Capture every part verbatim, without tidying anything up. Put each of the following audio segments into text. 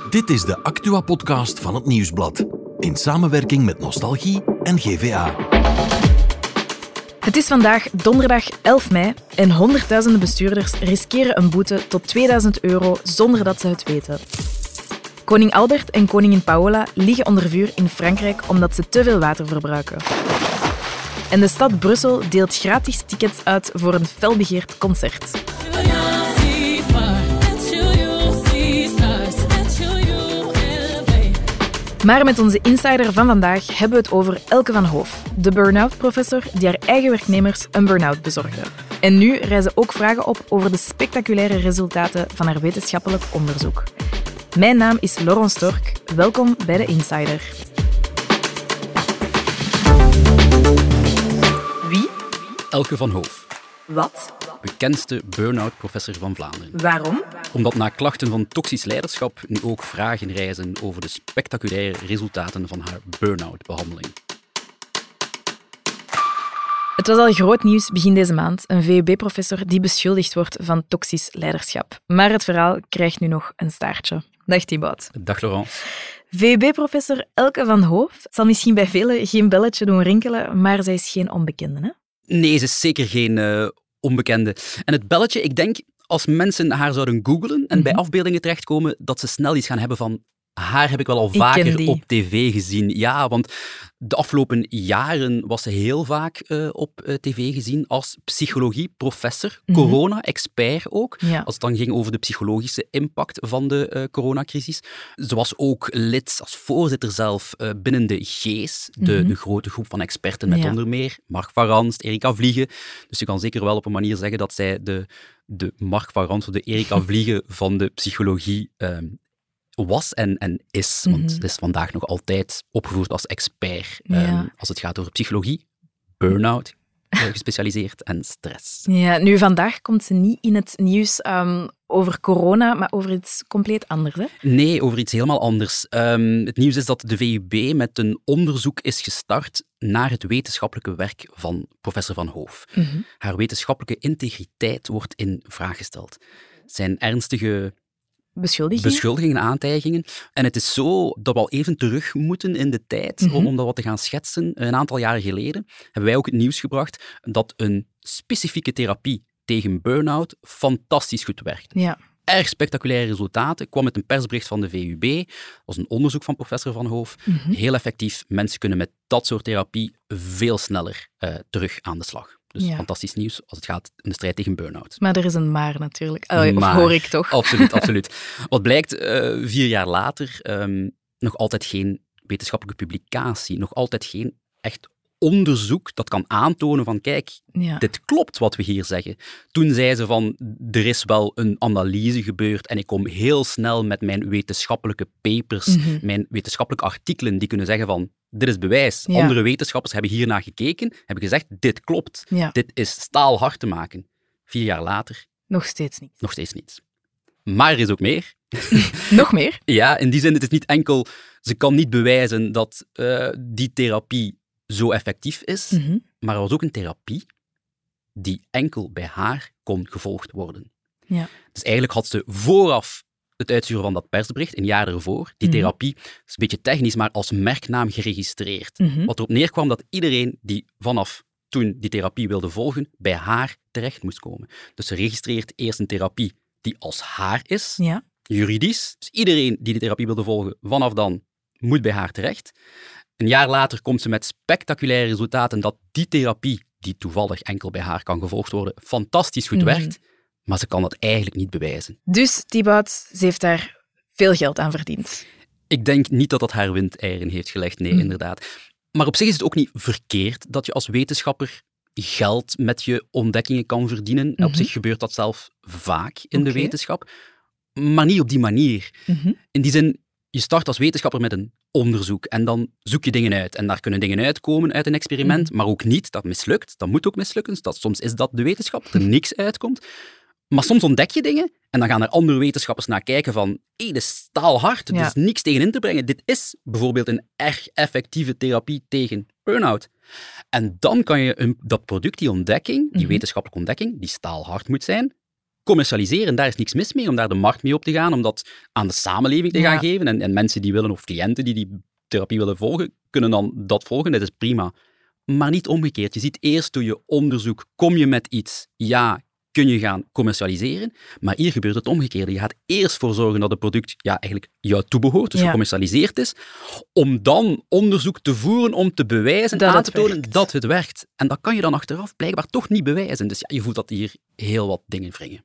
Dit is de Actua-podcast van het Nieuwsblad. In samenwerking met Nostalgie en G V A. Het is vandaag donderdag elf mei en honderdduizenden bestuurders riskeren een boete tot tweeduizend euro zonder dat ze het weten. Koning Albert en koningin Paola liggen onder vuur in Frankrijk omdat ze te veel water verbruiken. En de stad Brussel deelt gratis tickets uit voor een felbegeerd concert. Maar met onze insider van vandaag hebben we het over Elke van Hoof, de burn-out-professor die haar eigen werknemers een burn-out bezorgde. En nu rijzen ook vragen op over de spectaculaire resultaten van haar wetenschappelijk onderzoek. Mijn naam is Laurence Stork. Welkom bij de Insider. Wie? Elke van Hoof. Wat? Bekendste burn-out-professor van Vlaanderen. Waarom? Omdat na klachten van toxisch leiderschap nu ook vragen rijzen over de spectaculaire resultaten van haar burn-out-behandeling. Het was al groot nieuws begin deze maand. Een V U B-professor die beschuldigd wordt van toxisch leiderschap. Maar het verhaal krijgt nu nog een staartje. Dag Thibaut. Dag Laurence. V U B-professor Elke van Hoof zal misschien bij velen geen belletje doen rinkelen, maar zij is geen onbekende, hè? Nee, ze is zeker geen uh, onbekende. En het belletje, ik denk, als mensen haar zouden googlen en mm-hmm. bij afbeeldingen terechtkomen, dat ze snel iets gaan hebben van haar heb ik wel al vaker op tv gezien. Ja, want de afgelopen jaren was ze heel vaak uh, op uh, tv gezien als psychologieprofessor, mm-hmm. corona-expert ook, ja. Als het dan ging over de psychologische impact van de uh, coronacrisis. Ze was ook lid, als voorzitter zelf, uh, binnen de G's, de, mm-hmm. de grote groep van experten met ja. onder meer Mark van Ranst, Erika Vliegen. Dus je kan zeker wel op een manier zeggen dat zij de, de Mark van Ranst of de Erika Vliegen van de psychologie um, was en, en is, want mm-hmm. het is vandaag nog altijd opgevoerd als expert ja. um, als het gaat over psychologie, burn-out, uh, gespecialiseerd en stress. Ja, nu vandaag komt ze niet in het nieuws um, over corona, maar over iets compleet anders, hè? Nee, over iets helemaal anders. Um, het nieuws is dat de V U B met een onderzoek is gestart naar het wetenschappelijke werk van professor Van Hoof. Mm-hmm. Haar wetenschappelijke integriteit wordt in vraag gesteld. Het zijn ernstige Beschuldigingen? Beschuldigingen, aantijgingen. En het is zo dat we al even terug moeten in de tijd, mm-hmm. om dat wat te gaan schetsen. Een aantal jaren geleden hebben wij ook het nieuws gebracht dat een specifieke therapie tegen burn-out fantastisch goed werkt. Ja. Erg spectaculaire resultaten. Kwam met een persbericht van de V U B. Dat was een onderzoek van professor Van Hoof. Mm-hmm. Heel effectief. Mensen kunnen met dat soort therapie veel sneller uh, terug aan de slag. Dus ja. fantastisch nieuws als het gaat in de strijd tegen burn-out. Maar er is een maar natuurlijk. Oh, of hoor ik toch? Absoluut, absoluut. Wat blijkt, uh, vier jaar later, um, nog altijd geen wetenschappelijke publicatie, nog altijd geen echt onderzoek dat kan aantonen van, kijk, ja. dit klopt wat we hier zeggen. Toen zei ze van, er is wel een analyse gebeurd en ik kom heel snel met mijn wetenschappelijke papers, mm-hmm. mijn wetenschappelijke artikelen, die kunnen zeggen van, dit is bewijs. Ja. Andere wetenschappers hebben hiernaar gekeken, hebben gezegd, dit klopt. Ja. Dit is staalhard te maken. Vier jaar later... Nog steeds niet. Nog steeds niet. Maar er is ook meer. Nog meer? Ja, in die zin, het is niet enkel... Ze kan niet bewijzen dat uh, die therapie zo effectief is, mm-hmm. maar er was ook een therapie die enkel bij haar kon gevolgd worden. Ja. Dus eigenlijk had ze vooraf het uitsturen van dat persbericht, een jaar ervoor, die mm-hmm. therapie, is een beetje technisch, maar als merknaam geregistreerd. Mm-hmm. Wat erop neerkwam dat iedereen die vanaf toen die therapie wilde volgen, bij haar terecht moest komen. Dus ze registreert eerst een therapie die als haar is, ja. juridisch. Dus iedereen die die therapie wilde volgen, vanaf dan moet bij haar terecht. Een jaar later komt ze met spectaculaire resultaten dat die therapie, die toevallig enkel bij haar kan gevolgd worden, fantastisch goed mm-hmm. werkt. Maar ze kan dat eigenlijk niet bewijzen. Dus, Thibaut, ze heeft daar veel geld aan verdiend. Ik denk niet dat dat haar windeieren heeft gelegd, nee, mm. inderdaad. Maar op zich is het ook niet verkeerd dat je als wetenschapper geld met je ontdekkingen kan verdienen. Mm-hmm. Op zich gebeurt dat zelf vaak in okay. de wetenschap. Maar niet op die manier. Mm-hmm. In die zin, je start als wetenschapper met een onderzoek en dan zoek je dingen uit. En daar kunnen dingen uitkomen uit een experiment, mm-hmm. maar ook niet. Dat mislukt. Dat moet ook mislukken. Dat, soms is dat de wetenschap, dat er niks uitkomt. Maar soms ontdek je dingen en dan gaan er andere wetenschappers naar kijken van hé, dit is staalhard, er ja. is niks tegen in te brengen. Dit is bijvoorbeeld een erg effectieve therapie tegen burn-out. En dan kan je een, dat product, die ontdekking, die mm-hmm. wetenschappelijke ontdekking, die staalhard moet zijn, commercialiseren. Daar is niks mis mee, om daar de markt mee op te gaan, om dat aan de samenleving te gaan ja. geven. En, en mensen die willen, of cliënten die die therapie willen volgen, kunnen dan dat volgen. Dat is prima. Maar niet omgekeerd. Je ziet eerst door je onderzoek, kom je met iets, ja, kun je gaan commercialiseren. Maar hier gebeurt het omgekeerde. Je gaat eerst voor zorgen dat het product ja, eigenlijk jou toebehoort, dus ja. gecommercialiseerd is, om dan onderzoek te voeren om te bewijzen, dat aan te tonen werkt. dat het werkt. En dat kan je dan achteraf blijkbaar toch niet bewijzen. Dus ja, je voelt dat hier heel wat dingen wringen.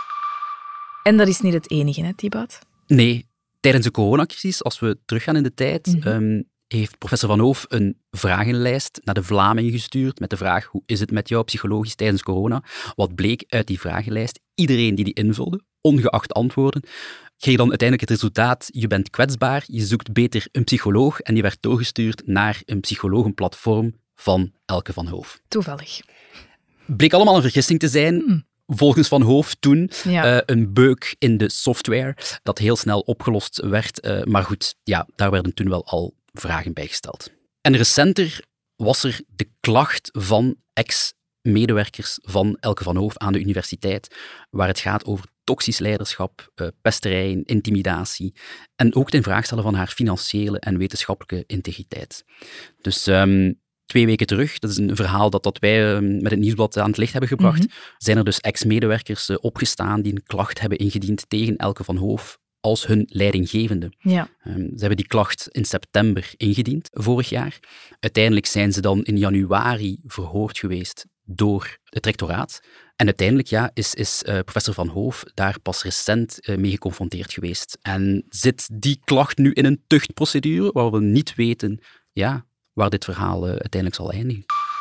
En dat is niet het enige, hè, Thibaut? Nee. Tijdens de coronacrisis, als we teruggaan in de tijd, mm-hmm. um, heeft professor Van Hoof een vragenlijst naar de Vlamingen gestuurd met de vraag, hoe is het met jou psychologisch tijdens corona? Wat bleek uit die vragenlijst? Iedereen die die invulde, ongeacht antwoorden, kreeg dan uiteindelijk het resultaat, je bent kwetsbaar, je zoekt beter een psycholoog en die werd doorgestuurd naar een psychologenplatform van Elke Van Hoof. Toevallig. Bleek allemaal een vergissing te zijn. Mm. Volgens Van Hoof toen ja. uh, een beuk in de software dat heel snel opgelost werd. Uh, maar goed, ja, daar werden toen wel al vragen bij gesteld. En recenter was er de klacht van ex-medewerkers van Elke Van Hoof aan de universiteit, waar het gaat over toxisch leiderschap, uh, pesterijen, intimidatie en ook het in vraag stellen van haar financiële en wetenschappelijke integriteit. Dus um, twee weken terug, dat is een verhaal dat, dat wij uh, met het Nieuwsblad aan het licht hebben gebracht, mm-hmm. zijn er dus ex-medewerkers uh, opgestaan die een klacht hebben ingediend tegen Elke Van Hoof als hun leidinggevende. Ja. Um, ze hebben die klacht in september ingediend, vorig jaar. Uiteindelijk zijn ze dan in januari verhoord geweest door het rectoraat. En uiteindelijk ja, is, is uh, professor Van Hoof daar pas recent uh, mee geconfronteerd geweest. En zit die klacht nu in een tuchtprocedure, waar we niet weten ja, waar dit verhaal uh, uiteindelijk zal eindigen.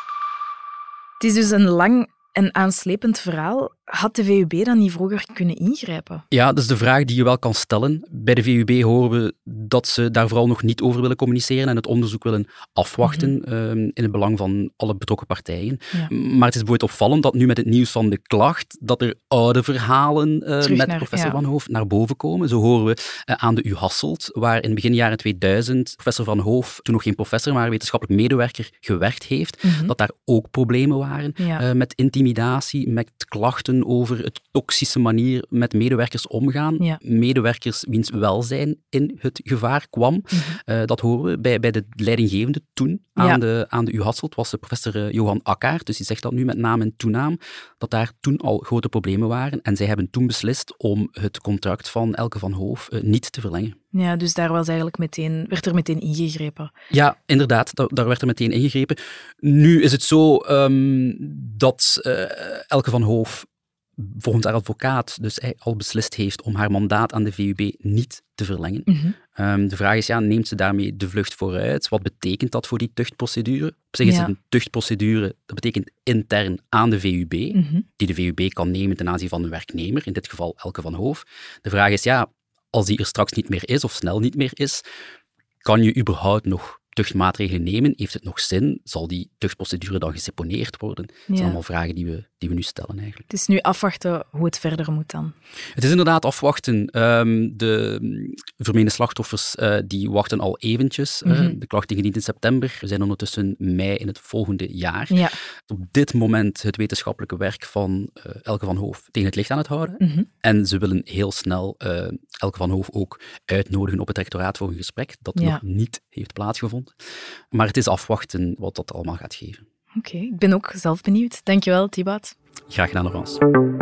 Het is dus een lang en aanslepend verhaal. Had de V U B dan niet vroeger kunnen ingrijpen? Ja, dat is de vraag die je wel kan stellen. Bij de V U B horen we dat ze daar vooral nog niet over willen communiceren en het onderzoek willen afwachten mm-hmm. um, in het belang van alle betrokken partijen. Ja. Maar het is bijvoorbeeld opvallend dat nu met het nieuws van de klacht dat er oude verhalen uh, met naar, professor ja. Van Hoof naar boven komen. Zo horen we uh, aan de U Hasselt, waar in begin jaren tweeduizend professor Van Hoof, toen nog geen professor, maar wetenschappelijk medewerker, gewerkt heeft, mm-hmm. dat daar ook problemen waren ja. uh, met intimidatie, met klachten over het toxische manier met medewerkers omgaan. Ja. Medewerkers wiens welzijn in het gevaar kwam. Mm-hmm. Uh, dat horen we bij, bij de leidinggevende toen aan, ja. de, aan de U Hasselt, was de professor uh, Johan Akkaert, dus die zegt dat nu met naam en toenaam, dat daar toen al grote problemen waren. En zij hebben toen beslist om het contract van Elke Van Hoof uh, niet te verlengen. Ja, dus daar was eigenlijk meteen, werd er meteen ingegrepen. Ja, inderdaad, daar, daar werd er meteen ingegrepen. Nu is het zo um, dat uh, Elke Van Hoof volgens haar advocaat dus hij al beslist heeft om haar mandaat aan de V U B niet te verlengen. Mm-hmm. Um, de vraag is, ja, neemt ze daarmee de vlucht vooruit? Wat betekent dat voor die tuchtprocedure? Op zich is ja. het een tuchtprocedure, dat betekent intern aan de V U B, mm-hmm. die de V U B kan nemen ten aanzien van een werknemer, in dit geval Elke Van Hoof. De vraag is, ja, als die er straks niet meer is, of snel niet meer is, kan je überhaupt nog tuchtmaatregelen nemen? Heeft het nog zin? Zal die tuchtprocedure dan geseponeerd worden? Dat zijn ja. allemaal vragen die we, die we nu stellen eigenlijk. Het is nu afwachten hoe het verder moet dan. Het is inderdaad afwachten. Um, de vermeende slachtoffers uh, die wachten al eventjes. Mm-hmm. Uh, de klacht ingediend in september. We zijn ondertussen mei in het volgende jaar. Ja. Op dit moment het wetenschappelijke werk van uh, Elke Van Hoof tegen het licht aan het houden. Mm-hmm. En ze willen heel snel uh, Elke Van Hoof ook uitnodigen op het rectoraat voor een gesprek dat ja. nog niet heeft plaatsgevonden. Maar het is afwachten wat dat allemaal gaat geven. Oké, okay, ik ben ook zelf benieuwd. Dankjewel, Thibaut. Graag gedaan, Laurence.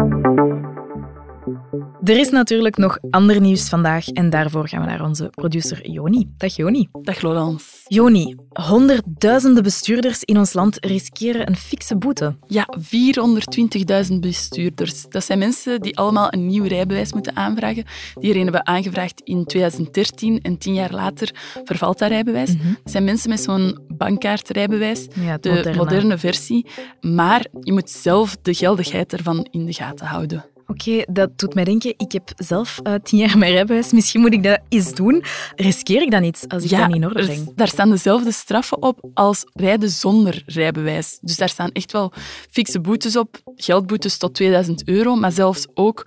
Er is natuurlijk nog ander nieuws vandaag en daarvoor gaan we naar onze producer Joni. Dag Joni. Dag Laurence. Joni, honderdduizenden bestuurders in ons land riskeren een fikse boete. Ja, vierhonderdtwintigduizend bestuurders. Dat zijn mensen die allemaal een nieuw rijbewijs moeten aanvragen. Die er een hebben aangevraagd in tweeduizend dertien en tien jaar later vervalt dat rijbewijs. Mm-hmm. Dat zijn mensen met zo'n bankkaartrijbewijs, ja, de moderne. moderne versie. Maar je moet zelf de geldigheid ervan in de gaten houden. Oké, okay, dat doet mij denken, ik heb zelf uh, tien jaar mijn rijbewijs. Misschien moet ik dat eens doen. Riskeer ik dan iets als ik ja, dat niet in orde breng? Daar staan dezelfde straffen op als rijden zonder rijbewijs. Dus daar staan echt wel fikse boetes op. Geldboetes tot tweeduizend euro, maar zelfs ook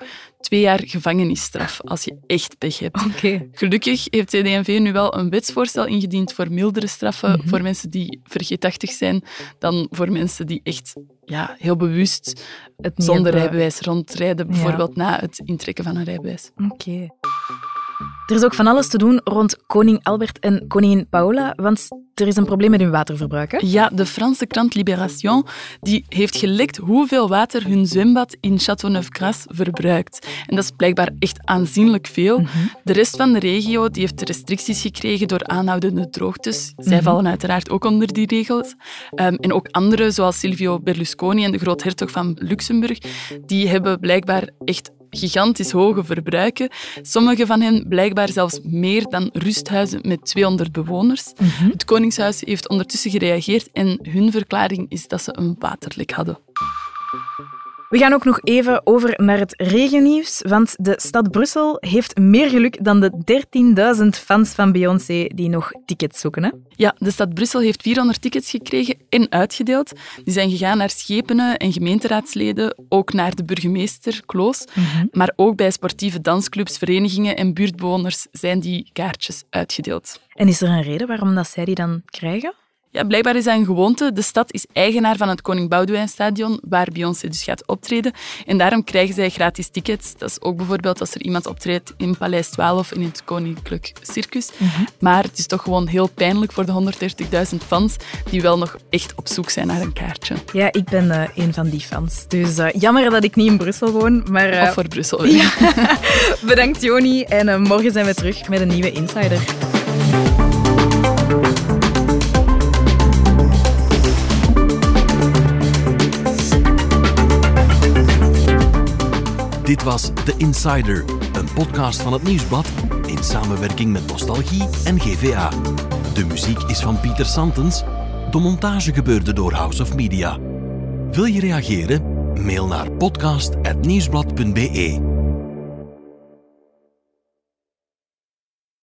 twee jaar gevangenisstraf als je echt pech hebt. Okay. Gelukkig heeft C D en V nu wel een wetsvoorstel ingediend voor mildere straffen Mm-hmm. voor mensen die vergeetachtig zijn dan voor mensen die echt ja, heel bewust Het niet zonder hebben- rijbewijs rondrijden, Ja. bijvoorbeeld na het intrekken van een rijbewijs. Oké. Okay. Er is ook van alles te doen rond koning Albert en koningin Paola, want er is een probleem met hun waterverbruik, hè? Ja, de Franse krant Libération die heeft gelekt hoeveel water hun zwembad in Châteauneuf-Grasse verbruikt. En dat is blijkbaar echt aanzienlijk veel. Mm-hmm. De rest van de regio die heeft restricties gekregen door aanhoudende droogtes. Zij Mhm. vallen uiteraard ook onder die regels. Um, en ook anderen, zoals Silvio Berlusconi en de groothertog van Luxemburg, die hebben blijkbaar echt gigantisch hoge verbruiken. Sommige van hen blijkbaar zelfs meer dan rusthuizen met tweehonderd bewoners. Mhm. Het Koningshuis heeft ondertussen gereageerd en hun verklaring is dat ze een waterlek hadden. We gaan ook nog even over naar het regennieuws, want de stad Brussel heeft meer geluk dan de dertienduizend fans van Beyoncé die nog tickets zoeken. Hè? Ja, de stad Brussel heeft vierhonderd tickets gekregen en uitgedeeld. Die zijn gegaan naar schepenen en gemeenteraadsleden, ook naar de burgemeester, Kloos. Mm-hmm. Maar ook bij sportieve dansclubs, verenigingen en buurtbewoners zijn die kaartjes uitgedeeld. En is er een reden waarom dat zij die dan krijgen? Ja, blijkbaar is dat een gewoonte. De stad is eigenaar van het Koning Boudewijn-stadion, waar Beyoncé dus gaat optreden. En daarom krijgen zij gratis tickets. Dat is ook bijvoorbeeld als er iemand optreedt in Paleis twaalf in het Koninklijk Circus. Mm-hmm. Maar het is toch gewoon heel pijnlijk voor de honderddertigduizend fans die wel nog echt op zoek zijn naar een kaartje. Ja, ik ben uh, een van die fans. Dus uh, jammer dat ik niet in Brussel woon, maar... Uh, Of voor Brussel. Ja. Bedankt, Joni. En uh, morgen zijn we terug met een nieuwe Insider. Dit was The Insider, een podcast van het Nieuwsblad in samenwerking met Nostalgie en G V A. De muziek is van Pieter Santens. De montage gebeurde door House of Media. Wil je reageren? Mail naar podcast apennieuwsblad punt be.